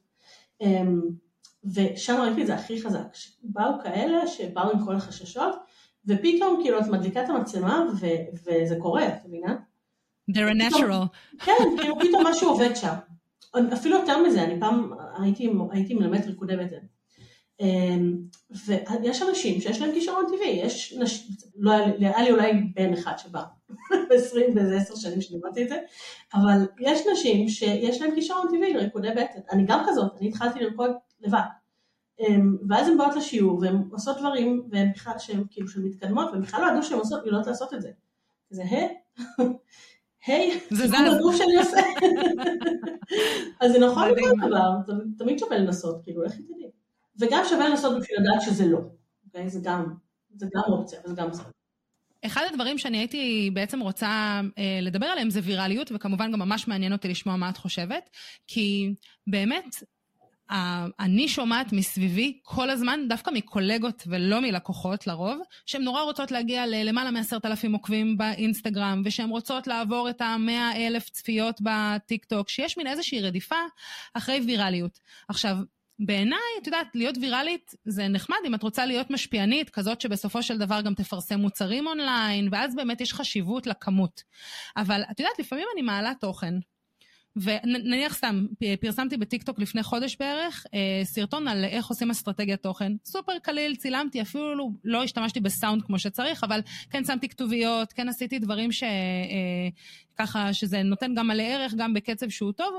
ושם ראיתי את זה הכי חזק, שבאו כאלה שבאו עם כל החששות, ופתאום כאילו את מדליקה את המצלמה וזה קורה, את מבינה? They're a natural. כן, כאילו פתאום משהו עובד שם. אפילו יותר מזה, אני פעם הייתי מלמד ריקודי בטן. ויש אנשים שיש להם כישרון טבעי, יש נשים, לא היה לי אולי בן אחד שבא, באיזה 10 שנים שדיברתי את זה, אבל יש נשים שיש להם כישרון טבעי לריקודי בטן, אני גם כזאת, אני התחלתי לרקוד לבד, ואז הן באות לשיעור, והן עושות דברים, והן בכלל שהן כאילו שמתקדמות, והן בכלל לא ידעו שהן יודעות לעשות את זה, זה היי, זה הגוף שאני עושה. אז זה נכון לכל דבר, תמיד שווה לנסות, כאילו, איך תדעי. וגם שווה לנסות בשביל לדעת שזה לא. אוקיי? זה גם אופציה, וזה גם בסדר. אחד הדברים שאני הייתי בעצם רוצה לדבר עליהם זה ויראליות, וכמובן גם ממש מעניין אותי לשמוע מה את חושבת, כי באמת אני שומעת מסביבי כל הזמן, דווקא מקולגות ולא מלקוחות לרוב, שהן נורא רוצות להגיע למעלה מ10,000 עוקבים באינסטגרם, ושהן רוצות לעבור את 100,000 צפיות בטיק טוק, שיש מין איזושהי רדיפה אחרי ויראליות. עכשיו, בעיניי, את יודעת, להיות ויראלית זה נחמד, אם את רוצה להיות משפיענית, כזאת שבסופו של דבר גם תפרסם מוצרים אונליין, ואז באמת יש חשיבות לכמות. אבל את יודעת, לפעמים אני מעלה תוכן, ונניח סתם, פרסמתי בטיקטוק לפני חודש בערך, סרטון על איך עושים אסטרטגיית תוכן, סופר קליל, צילמתי, אפילו לא השתמשתי בסאונד כמו שצריך, אבל כן שמתי כתוביות, כן עשיתי דברים ככה שזה נותן גם מלא ערך, גם בקצב שהוא טוב,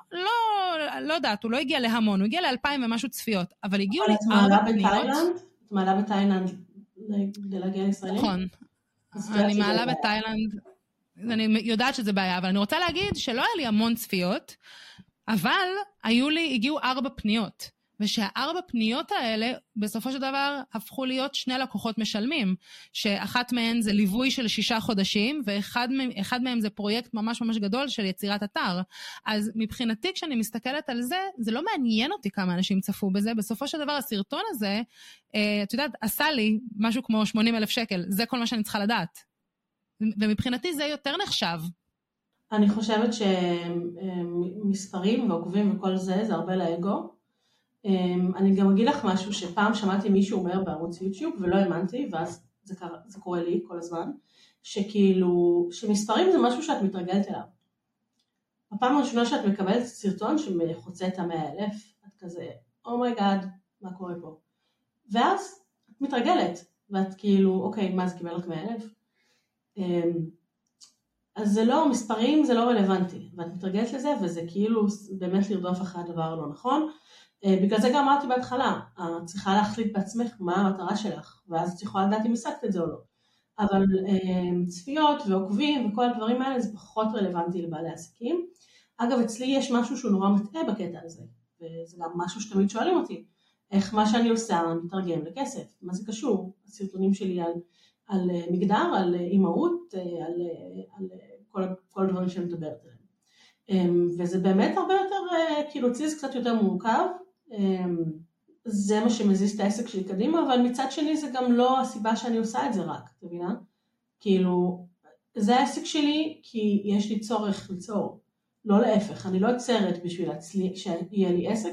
לא יודעת, הוא לא הגיע להמון, הוא הגיע ל2,000 ומשהו צפיות, אבל הגיעו לי 4 פניות. את מעלה בתאילנד כדי להגיע לישראלים? נכון, אני מעלה בתאילנד, אני יודעת שזה בעיה, אבל אני רוצה להגיד שלא היה לי המון צפיות, אבל הגיעו 4 פניות, ושהארבע פניות האלה בסופו של דבר הפכו להיות 2 לקוחות משלמים, שאחת מהן זה ליווי של 6 חודשים, ואחד מהם זה פרויקט ממש ממש גדול של יצירת אתר. אז מבחינתי כשאני מסתכלת על זה, זה לא מעניין אותי כמה אנשים צפו בזה, בסופו של דבר הסרטון הזה, את יודעת, עשה לי משהו כמו 80,000 שקל, זה כל מה שאני צריכה לדעת. ומבחינתי זה יותר נחשב. אני חושבת שמספרים ועוקבים וכל זה, זה הרבה לאגו. אני גם אגיד לך משהו שפעם שמעתי מישהו אומר בערוץ יוטיוב ולא האמנתי, ואז זה קורה לי כל הזמן, שכאילו, שמספרים זה משהו שאת מתרגלת אליו. הפעם הראשונה שאת מקבלת סרטון שחוצה את 100,000, את כזה, אומייגאד, מה קורה פה? ואז את מתרגלת, ואת כאילו, אוקיי, מה זה קיבל רק 100,000? אז זה לא, מספרים זה לא רלוונטי, ואת מתרגלת לזה, וזה כאילו באמת לרדוף אחרי הדבר לא נכון. בגלל זה גם אמרתי בהתחלה, את צריכה להחליט בעצמך מה המטרה שלך, ואז את יכולה לדעת אם השגת את זה או לא. אבל צפיות ועוקבים וכל הדברים האלה זה פחות רלוונטי לבעלי עסקים. אגב, אצלי יש משהו שהוא נורא מטעה בקטע הזה, וזה גם משהו שתמיד שואלים אותי, איך מה שאני עושה מתרגם לכסף, מה זה קשור? הסרטונים שלי על מגדר, על אימהות, על כל הדברים שאני מדברת עליהם. וזה באמת הרבה יותר, כאילו אצלי זה קצת יותר מורכב, זה מה שמזיז את העסק שלי קדימה, אבל מצד שני זה גם לא הסיבה שאני עושה את זה רק, אתה מבינה? כאילו, זה העסק שלי כי יש לי צורך ליצור, לא להפך, אני לא יוצרת בשביל שיהיה לי עסק,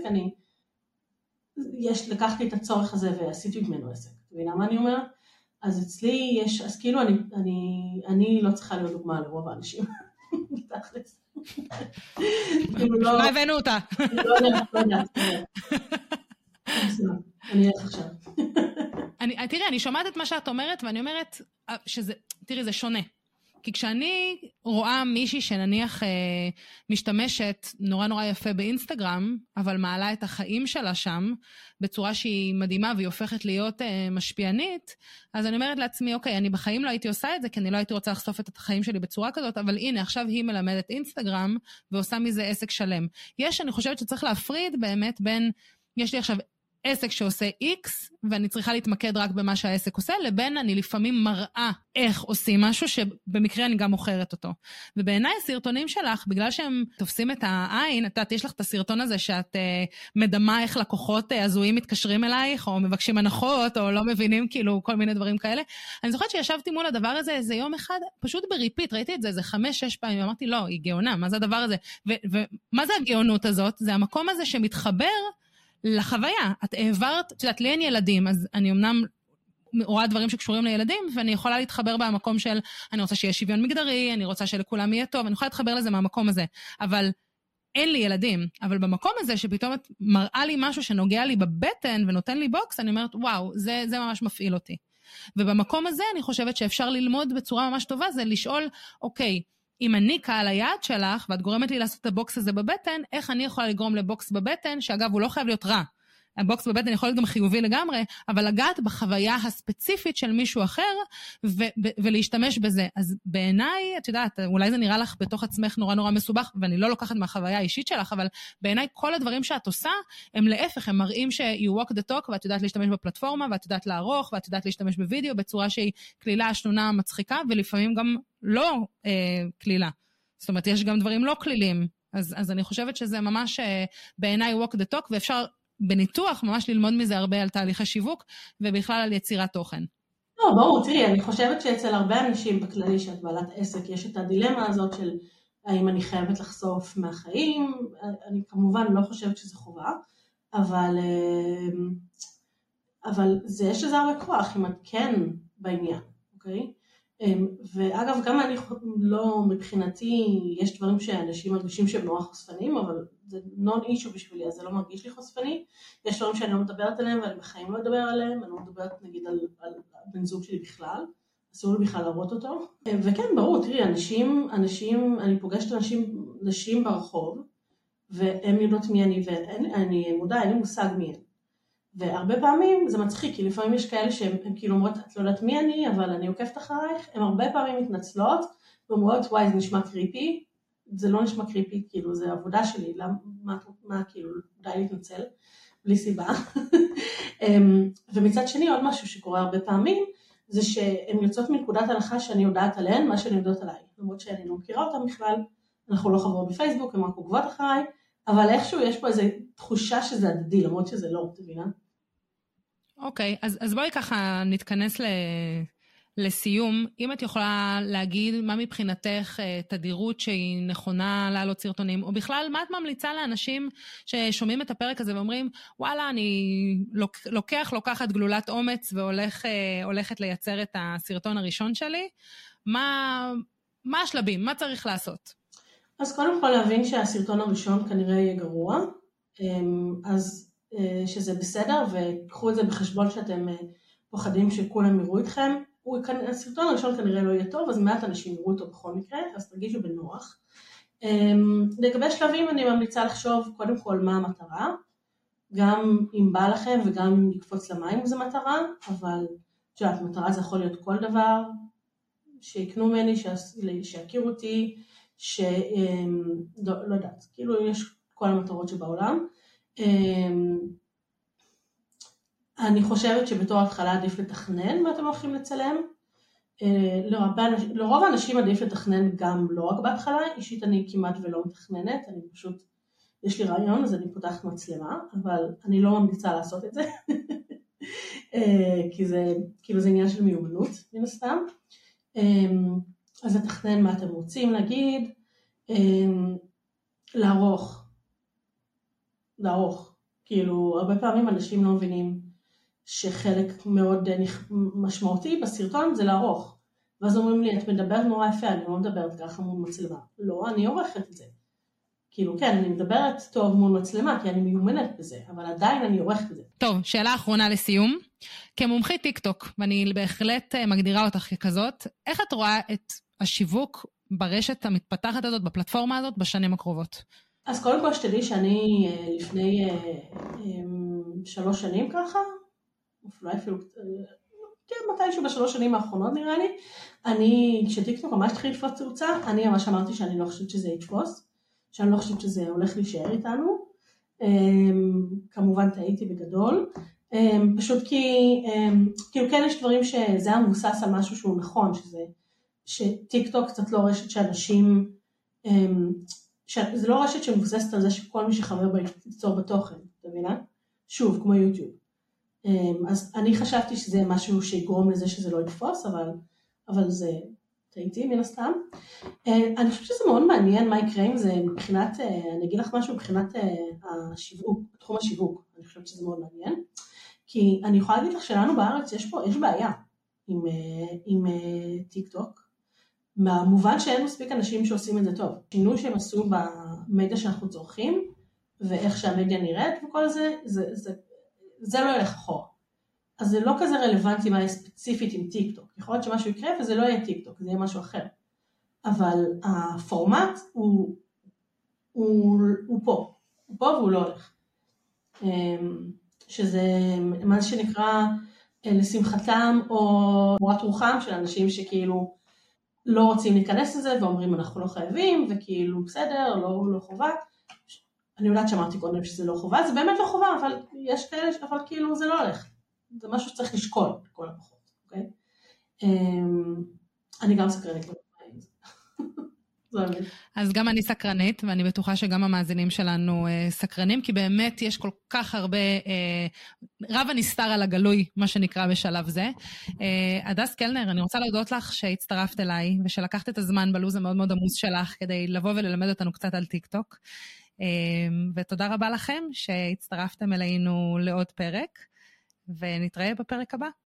לקחתי את הצורך הזה ועשיתי ממנו עסק, אתה מבינה מה אני אומרת? אז אצלי יש, אז כאילו אני לא צריכה להיות דוגמה לרוב האנשים. תכלס. מה הבאנו אותה? לא יודעת. אני אלך עכשיו. תראי, אני שומעת את מה שאת אומרת, ואני אומרת שזה, תראי, זה שונה. כי כשאני רואה מישהי שנניח משתמשת נורא נורא יפה באינסטגרם, אבל מעלה את החיים שלה שם, בצורה שהיא מדהימה והיא הופכת להיות משפיענית, אז אני אומרת לעצמי, אוקיי, אני בחיים לא הייתי עושה את זה, כי אני לא הייתי רוצה לחשוף את החיים שלי בצורה כזאת, אבל הנה, עכשיו היא מלמדת אינסטגרם, ועושה מזה עסק שלם. אני חושבת שצריך להפריד באמת בין, יש לי עכשיו עסק שעושה X, ואני צריכה להתמקד רק במה שהעסק עושה, לבין אני לפעמים מראה איך עושים משהו, שבמקרה אני גם מוכרת אותו. ובעיניי הסרטונים שלך, בגלל שהם תופסים את העין, יש לך את הסרטון הזה שאת מדמה איך לקוחות הזויים מתקשרים אלייך, או מבקשים הנחות, או לא מבינים כאילו כל מיני דברים כאלה. אני זוכרת שישבתי מול הדבר הזה איזה יום אחד, פשוט בריפיט, ראיתי את זה איזה 5-6 פעמים, אמרתי, לא, היא גאונה, מה זה הדבר הזה? ומה זה הגאונות הזאת? זה המקום הזה שמתחבר לחוויה. את העברת, את יודעת, לי אין ילדים, אז אני אמנם רואה דברים שקשורים לילדים, ואני יכולה להתחבר במקום של, אני רוצה שיהיה שוויון מגדרי, אני רוצה שלכולם יהיה טוב, אני יכולה להתחבר לזה מהמקום הזה, אבל אין לי ילדים, אבל במקום הזה שפתאום את מראה לי משהו שנוגע לי בבטן ונותן לי בוקס, אני אומרת, וואו, זה ממש מפעיל אותי. ובמקום הזה אני חושבת שאפשר ללמוד בצורה ממש טובה, זה לשאול, אוקיי, אם אני קהל היעד שלך, ואת גורמת לי לעשות את הבוקס הזה בבטן, איך אני יכולה לגרום לבוקס בבטן, שאגב, הוא לא חייב להיות רע. הבוקס בבטן יכול להיות גם חיובי לגמרי, אבל לגעת בחוויה הספציפית של מישהו אחר, ולהשתמש בזה. אז בעיניי, את יודעת, אולי זה נראה לך בתוך עצמך נורא נורא מסובך, ואני לא לוקחת מהחוויה האישית שלך, אבל בעיניי כל הדברים שאת עושה, הם להפך, הם מראים ש-you walk the talk, ואת יודעת להשתמש בפלטפורמה, ואת יודעת לערוך, ואת יודעת להשתמש בווידאו, בצורה שהיא כלילה, שנונה, מצחיקה, ולפעמים גם לא כלילה. זאת אומרת, יש גם דברים לא כלילים. אז אני חושבת שזה ממש בעיניי walk the talk, ואפשר בניתוח ממש ללמוד מזה הרבה על תהליך השיווק, ובכלל על יצירת תוכן. לא, ברור, תראי, אני חושבת שאצל הרבה אנשים בכללי שאת בעלת עסק, יש את הדילמה הזאת של האם אני חייבת לחשוף מהחיים, אני כמובן לא חושבת שזה חובה, אבל יש לזה הרבה כוח, אם את כן בעניין, אוקיי? ואגב, גם אני לא, מבחינתי, יש דברים שאנשים מרגישים שהם נורא חושפנים, אבל זה נון אישו בשבילי, אז זה לא מרגיש לי חושפני. יש דברים שאני לא מדברת עליהם, ואני בחיים לא אדבר עליהם, אני לא מדברת נגיד על בן זוג שלי בכלל, אסור לי בכלל להראות אותו. וכן, ברור, תראי, אני פוגשת נשים ברחוב, והן יודעות מי אני, ואני מודע, אין לי מושג מי אני. והרבה פעמים זה מצחיק, כי לפעמים יש כאלה שהן כאילו אומרות, את לא יודעת מי אני, אבל אני עוקבת אחרייך, הן הרבה פעמים מתנצלות, ואומרות, וואי, זה נשמע קריפי, זה לא נשמע קריפי, כאילו, זה עבודה שלי, מה כאילו, די להתנצל, בלי סיבה. ומצד שני, עוד משהו שקורה הרבה פעמים, זה שהן יוצאות מנקודת הנחה שאני יודעת עליהן, מה שהן יודעות עליי, למרות שאני לא מכירה אותן בכלל, אנחנו לא חברות בפייסבוק, הן רק עוקבות אחריי, אבל איכשהו יש פה איזו תחושה שזה הדדי, למרות שזה לא, תבינה? אוקיי, אז בואי ככה נתכנס לסיום. אם את יכולה להגיד מה מבחינתך תדירות שהיא נכונה לעלות סרטונים, או בכלל מה את ממליצה לאנשים ששומעים את הפרק הזה ואומרים, וואלה, אני לוקחת גלולת אומץ והולכת לייצר את הסרטון הראשון שלי, מה השלבים? מה צריך לעשות? אז קודם כל להבין שהסרטון הראשון כנראה יהיה גרוע, אז שזה בסדר, וקחו את זה בחשבון שאתם פוחדים שכולם יראו אתכם, הסרטון הראשון כנראה לא יהיה טוב, אז מעט אנשים יראו אותו בכל מקרה, אז תרגישו בנוח. לגבי שלבים אני ממליצה לחשוב קודם כל מה המטרה, גם אם בא לכם וגם לקפוץ למים זו מטרה, אבל שאת מטרה זה יכול להיות כל דבר, שיקנו ממני, שיכירו אותי, לא יודעת, כאילו יש כל המטרות שבעולם. אני חושבת שבתור התחלה עדיף לתכנן מה אתם הולכים לצלם. לרוב האנשים עדיף לתכנן גם לא רק בהתחלה, אישית אני כמעט ולא מתכננת, אני פשוט, יש לי רעיון אז אני פותחת מצלמה, אבל אני לא ממליצה לעשות את זה, כי זה כאילו זה עניין של מיומנות מן הסתם. אז לתכנן מה אתם רוצים להגיד, לערוך, כאילו הרבה פעמים אנשים לא מבינים שחלק מאוד משמעותי בסרטון זה לערוך, ואז אומרים לי, את מדברת נורא יפה, אני לא מדברת ככה מול מצלמה, לא, אני עורכת את זה, כאילו כן, אני מדברת טוב מול מצלמה, כי אני מיומנת בזה, אבל עדיין אני עורכת את זה. טוב, שאלה אחרונה לסיום, כמומחית טיק טוק, ואני בהחלט מגדירה אותך ככזאת, איך את רואה את השיווק ברשת המתפתחת הזאת, בפלטפורמה הזאת, בשנים הקרובות? אז קודם כל שתדעי שאני לפני 3 שנים ככה, אולי אפילו, מתישהו ב3 שנים האחרונות נראה לי, כשטיקטוק ממש התחיל לתפוס תאוצה, אני ממש אמרתי שאני לא חושבת שזה יתפוס, שאני לא חושבת שזה הולך להישאר איתנו, כמובן טעיתי בגדול, פשוט כאילו כן יש דברים שזה היה מבוסס על משהו שהוא נכון, שטיקטוק קצת לא רשת שאנשים, זה לא רשת שמבוססת על זה שכל מי שחבר בה ייצור בתוכן, אתה מבינה? שוב, כמו יוטיוב. אז אני חשבתי שזה משהו שיגרום לזה שזה לא יתפוס, אבל זה טעיתי מן הסתם. אני חושבת שזה מאוד מעניין מה יקרה עם זה מבחינת, אני אגיד לך משהו מבחינת השיווק, תחום השיווק, אני חושבת שזה מאוד מעניין, כי אני יכולה להגיד לך שלנו בארץ יש בעיה עם טיק טוק, מהמובן שאין מספיק אנשים שעושים את זה טוב. שינוי שהם עשו במדיה שאנחנו צורכים, ואיך שהמדיה נראית וכל זה, זה לא ילך אחורה. אז זה לא כזה רלוונטי מה יהיה ספציפית עם טיק טוק. יכול להיות שמשהו יקרה וזה לא יהיה טיק טוק, זה יהיה משהו אחר. אבל הפורמט הוא פה. הוא פה והוא לא הולך. שזה מה שנקרא לשמחתם או מורת רוחם של אנשים שכאילו לא רוצים להיכנס לזה ואומרים אנחנו לא חייבים וכאילו בסדר, לא חובה. אני יודעת שאמרתי קודם שזה לא חובה, זה באמת לא חובה, אבל יש כאלה, אבל כאילו זה לא הולך. זה משהו שצריך לשקול בכל הפחות, אוקיי? אני גם סקרנית. אז גם אני סקרנית, ואני בטוחה שגם המאזינים שלנו סקרנים, כי באמת יש כל כך הרבה, רב הנסתר על הגלוי, מה שנקרא בשלב זה. הדס קלנר, אני רוצה להודות לך שהצטרפת אליי, ושלקחת את הזמן בלוז המאוד מאוד עמוס שלך, כדי לבוא וללמד אותנו קצת על טיק טוק. ותודה רבה לכם שהצטרפתם אלינו לעוד פרק, ונתראה בפרק הבא.